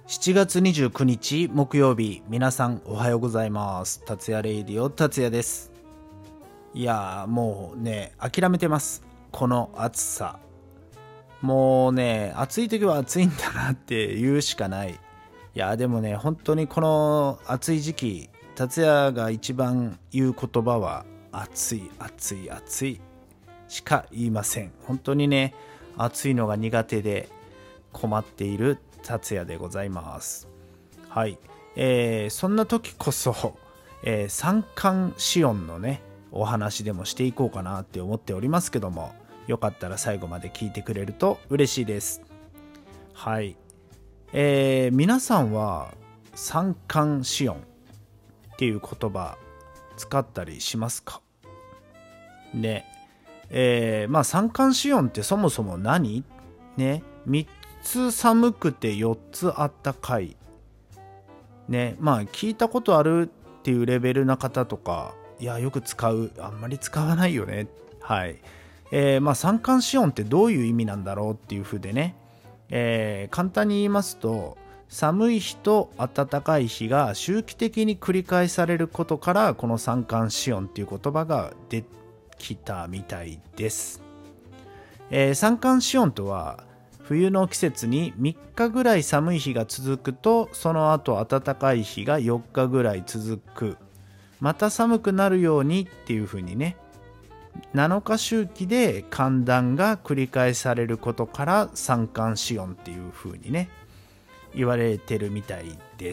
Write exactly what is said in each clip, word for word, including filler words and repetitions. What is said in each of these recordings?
しちがつにじゅうくにち木曜日、皆さんおはようございます。達也レイディオ達也です。いやーもうね諦めてます。この暑さ、もうね暑い時は暑いんだなって言うしかない。いやでもね本当にこの暑い時期、達也が一番言う言葉は暑い暑い暑いしか言いません。本当にね暑いのが苦手で困っている達也でございます。はい、えー、そんな時こそ、えー、三寒四温のねお話でもしていこうかなって思っておりますけども、よかったら最後まで聞いてくれると嬉しいです。はい、えー、皆さんは三寒四温っていう言葉使ったりしますかね。えー、まあ三寒四温ってそもそも何ね、みっつ寒くてよっつあったかいね。まあ聞いたことあるっていうレベルな方とか、いやよく使う、あんまり使わないよね。はい、えー、まあ三寒四温ってどういう意味なんだろうっていう風でね、えー、簡単に言いますと、寒い日と暖かい日が周期的に繰り返されることから、この三寒四温っていう言葉が出てきたみたいです。えー、三寒四温とは、冬の季節にみっかぐらい寒い日が続くと、その後暖かい日がよっかぐらい続く、また寒くなるようにっていう風にね、なのか周期で寒暖が繰り返されることから三寒四温っていう風にね言われてるみたいです。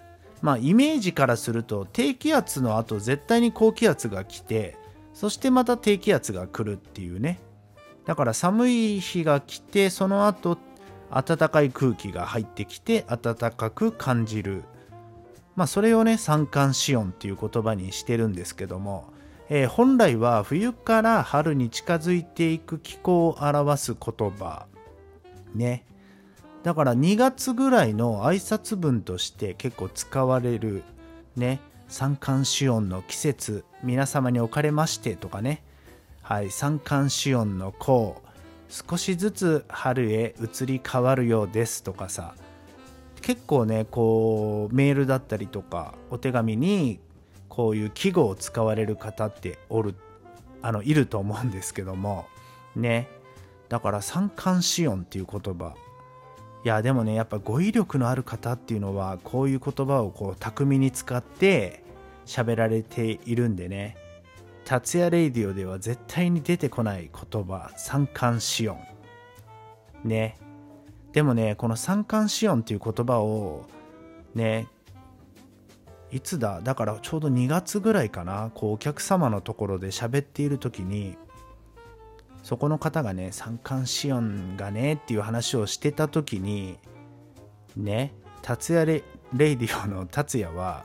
まあイメージからすると、低気圧の後絶対に高気圧が来て、そしてまた低気圧が来るっていうね。だから寒い日が来て、その後暖かい空気が入ってきて暖かく感じる、まあそれをね三寒四温っていう言葉にしてるんですけども、えー、本来は冬から春に近づいていく気候を表す言葉ね。だからにがつぐらいの挨拶文として結構使われるね。三寒四温の季節、皆様におかれましてとかね。はい、三寒四温の候、少しずつ春へ移り変わるようですとかさ、結構ねこうメールだったりとかお手紙にこういう記号を使われる方っておるあのいると思うんですけどもね。だから三寒四温っていう言葉、いやでもねやっぱ語彙力のある方っていうのはこういう言葉をこう巧みに使って喋られているんでね、達也レイディオでは絶対に出てこない言葉、三寒四温ね。でもねこの三寒四温っていう言葉をね、いつだだからちょうどにがつぐらいかな、こうお客様のところで喋っている時に、そこの方がね三寒四温がねっていう話をしてた時にね、達也レ、レイディオの達也は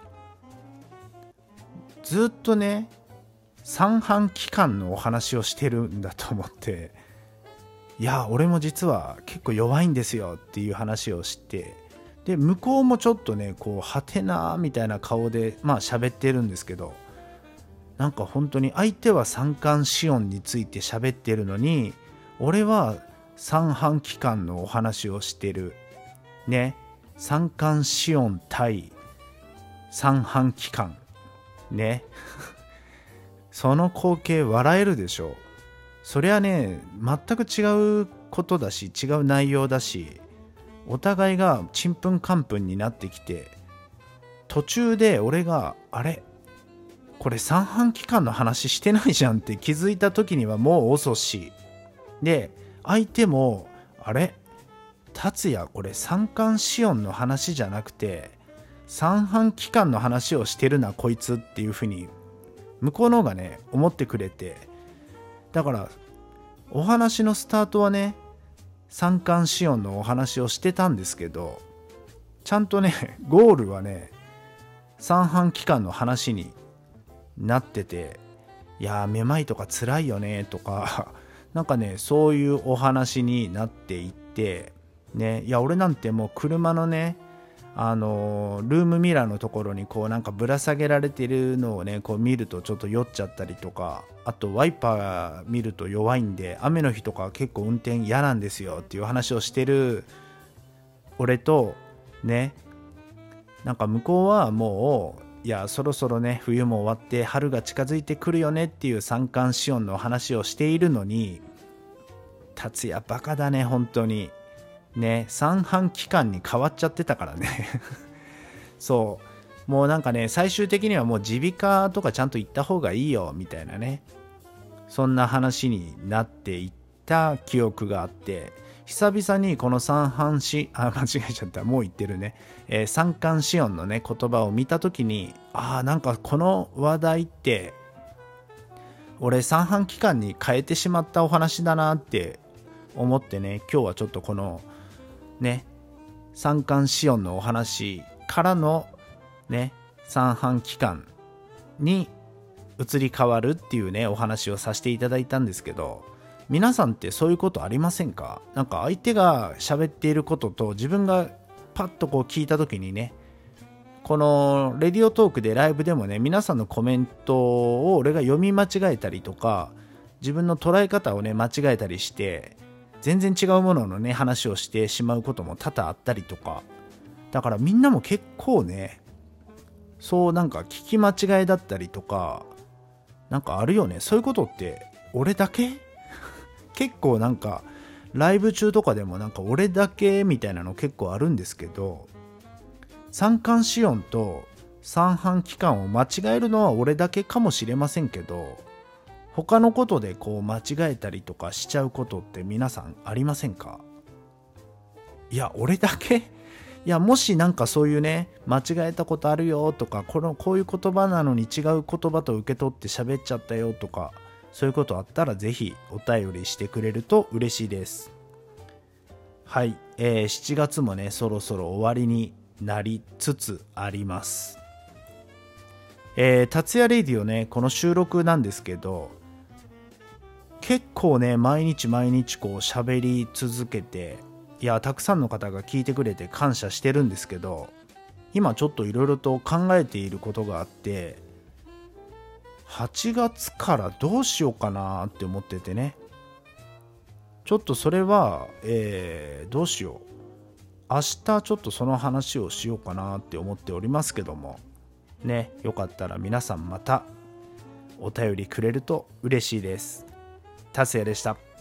ずっとね三半規管のお話をしてるんだと思って、いや俺も実は結構弱いんですよっていう話をして、で向こうもちょっとねこうはてなみたいな顔でまあ喋ってるんですけど、なんか本当に相手は三寒四温について喋ってるのに、俺は三半規管のお話をしてるね。三寒四温対三半規管ねその光景笑えるでしょ。そりゃね全く違うことだし違う内容だし、お互いがちんぷんかんぷんになってきて、途中で俺があれこれ三半規管の話してないじゃんって気づいた時にはもう遅しで、相手もあれ達也これ三寒四温の話じゃなくて三半規管の話をしてるなこいつっていう風に向こうの方がね思ってくれて、だからお話のスタートはね三寒四温のお話をしてたんですけど、ちゃんとねゴールはね三半規管の話になってて、いやーめまいとか辛いよねとかなんかねそういうお話になっていってね。いや俺なんてもう車のねあのルームミラーのところにこうなんかぶら下げられてるのをねこう見るとちょっと酔っちゃったりとか、あとワイパー見ると弱いんで雨の日とか結構運転嫌なんですよっていう話をしてる俺とね。なんか向こうはもういやそろそろね冬も終わって春が近づいてくるよねっていう三寒四温の話をしているのに、達也バカだね本当にね。三半期間に変わっちゃってたからねそうもうなんかね最終的にはもう耳鼻科とかちゃんと行った方がいいよみたいなね、そんな話になっていった記憶があって、久々にこの三半四あ間違えちゃったもう言ってるね、えー、三寒四温のね言葉を見た時に、ああなんかこの話題って俺三半期間に変えてしまったお話だなって思ってね、今日はちょっとこのね三寒四温のお話からのね三半期間に移り変わるっていうねお話をさせていただいたんですけど、皆さんってそういうことありませんか？なんか相手が喋っていることと自分がパッとこう聞いた時にね、このレディオトークでライブでもね皆さんのコメントを俺が読み間違えたりとか、自分の捉え方をね間違えたりして全然違うもののね話をしてしまうことも多々あったりとか、だからみんなも結構ねそうなんか聞き間違いだったりとかなんかあるよね。そういうことって俺だけ結構なんかライブ中とかでもなんか俺だけみたいなの結構あるんですけど、三寒四温と三半期間を間違えるのは俺だけかもしれませんけど、他のことでこう間違えたりとかしちゃうことって皆さんありませんか？いや俺だけいやもしなんかそういうね間違えたことあるよとか、このこういう言葉なのに違う言葉と受け取って喋っちゃったよとか、そういうことあったらぜひお便りしてくれると嬉しいです。はい、えー、しちがつもねそろそろ終わりになりつつあります。えー、達也レイディオねこの収録なんですけど、結構ね毎日毎日こう喋り続けて、いやたくさんの方が聞いてくれて感謝してるんですけど、今ちょっといろいろと考えていることがあって、はちがつからどうしようかなって思っててね。ちょっとそれは、えー、どうしよう、明日ちょっとその話をしようかなって思っておりますけどもね、よかったら皆さんまたお便りくれると嬉しいです。達也でした。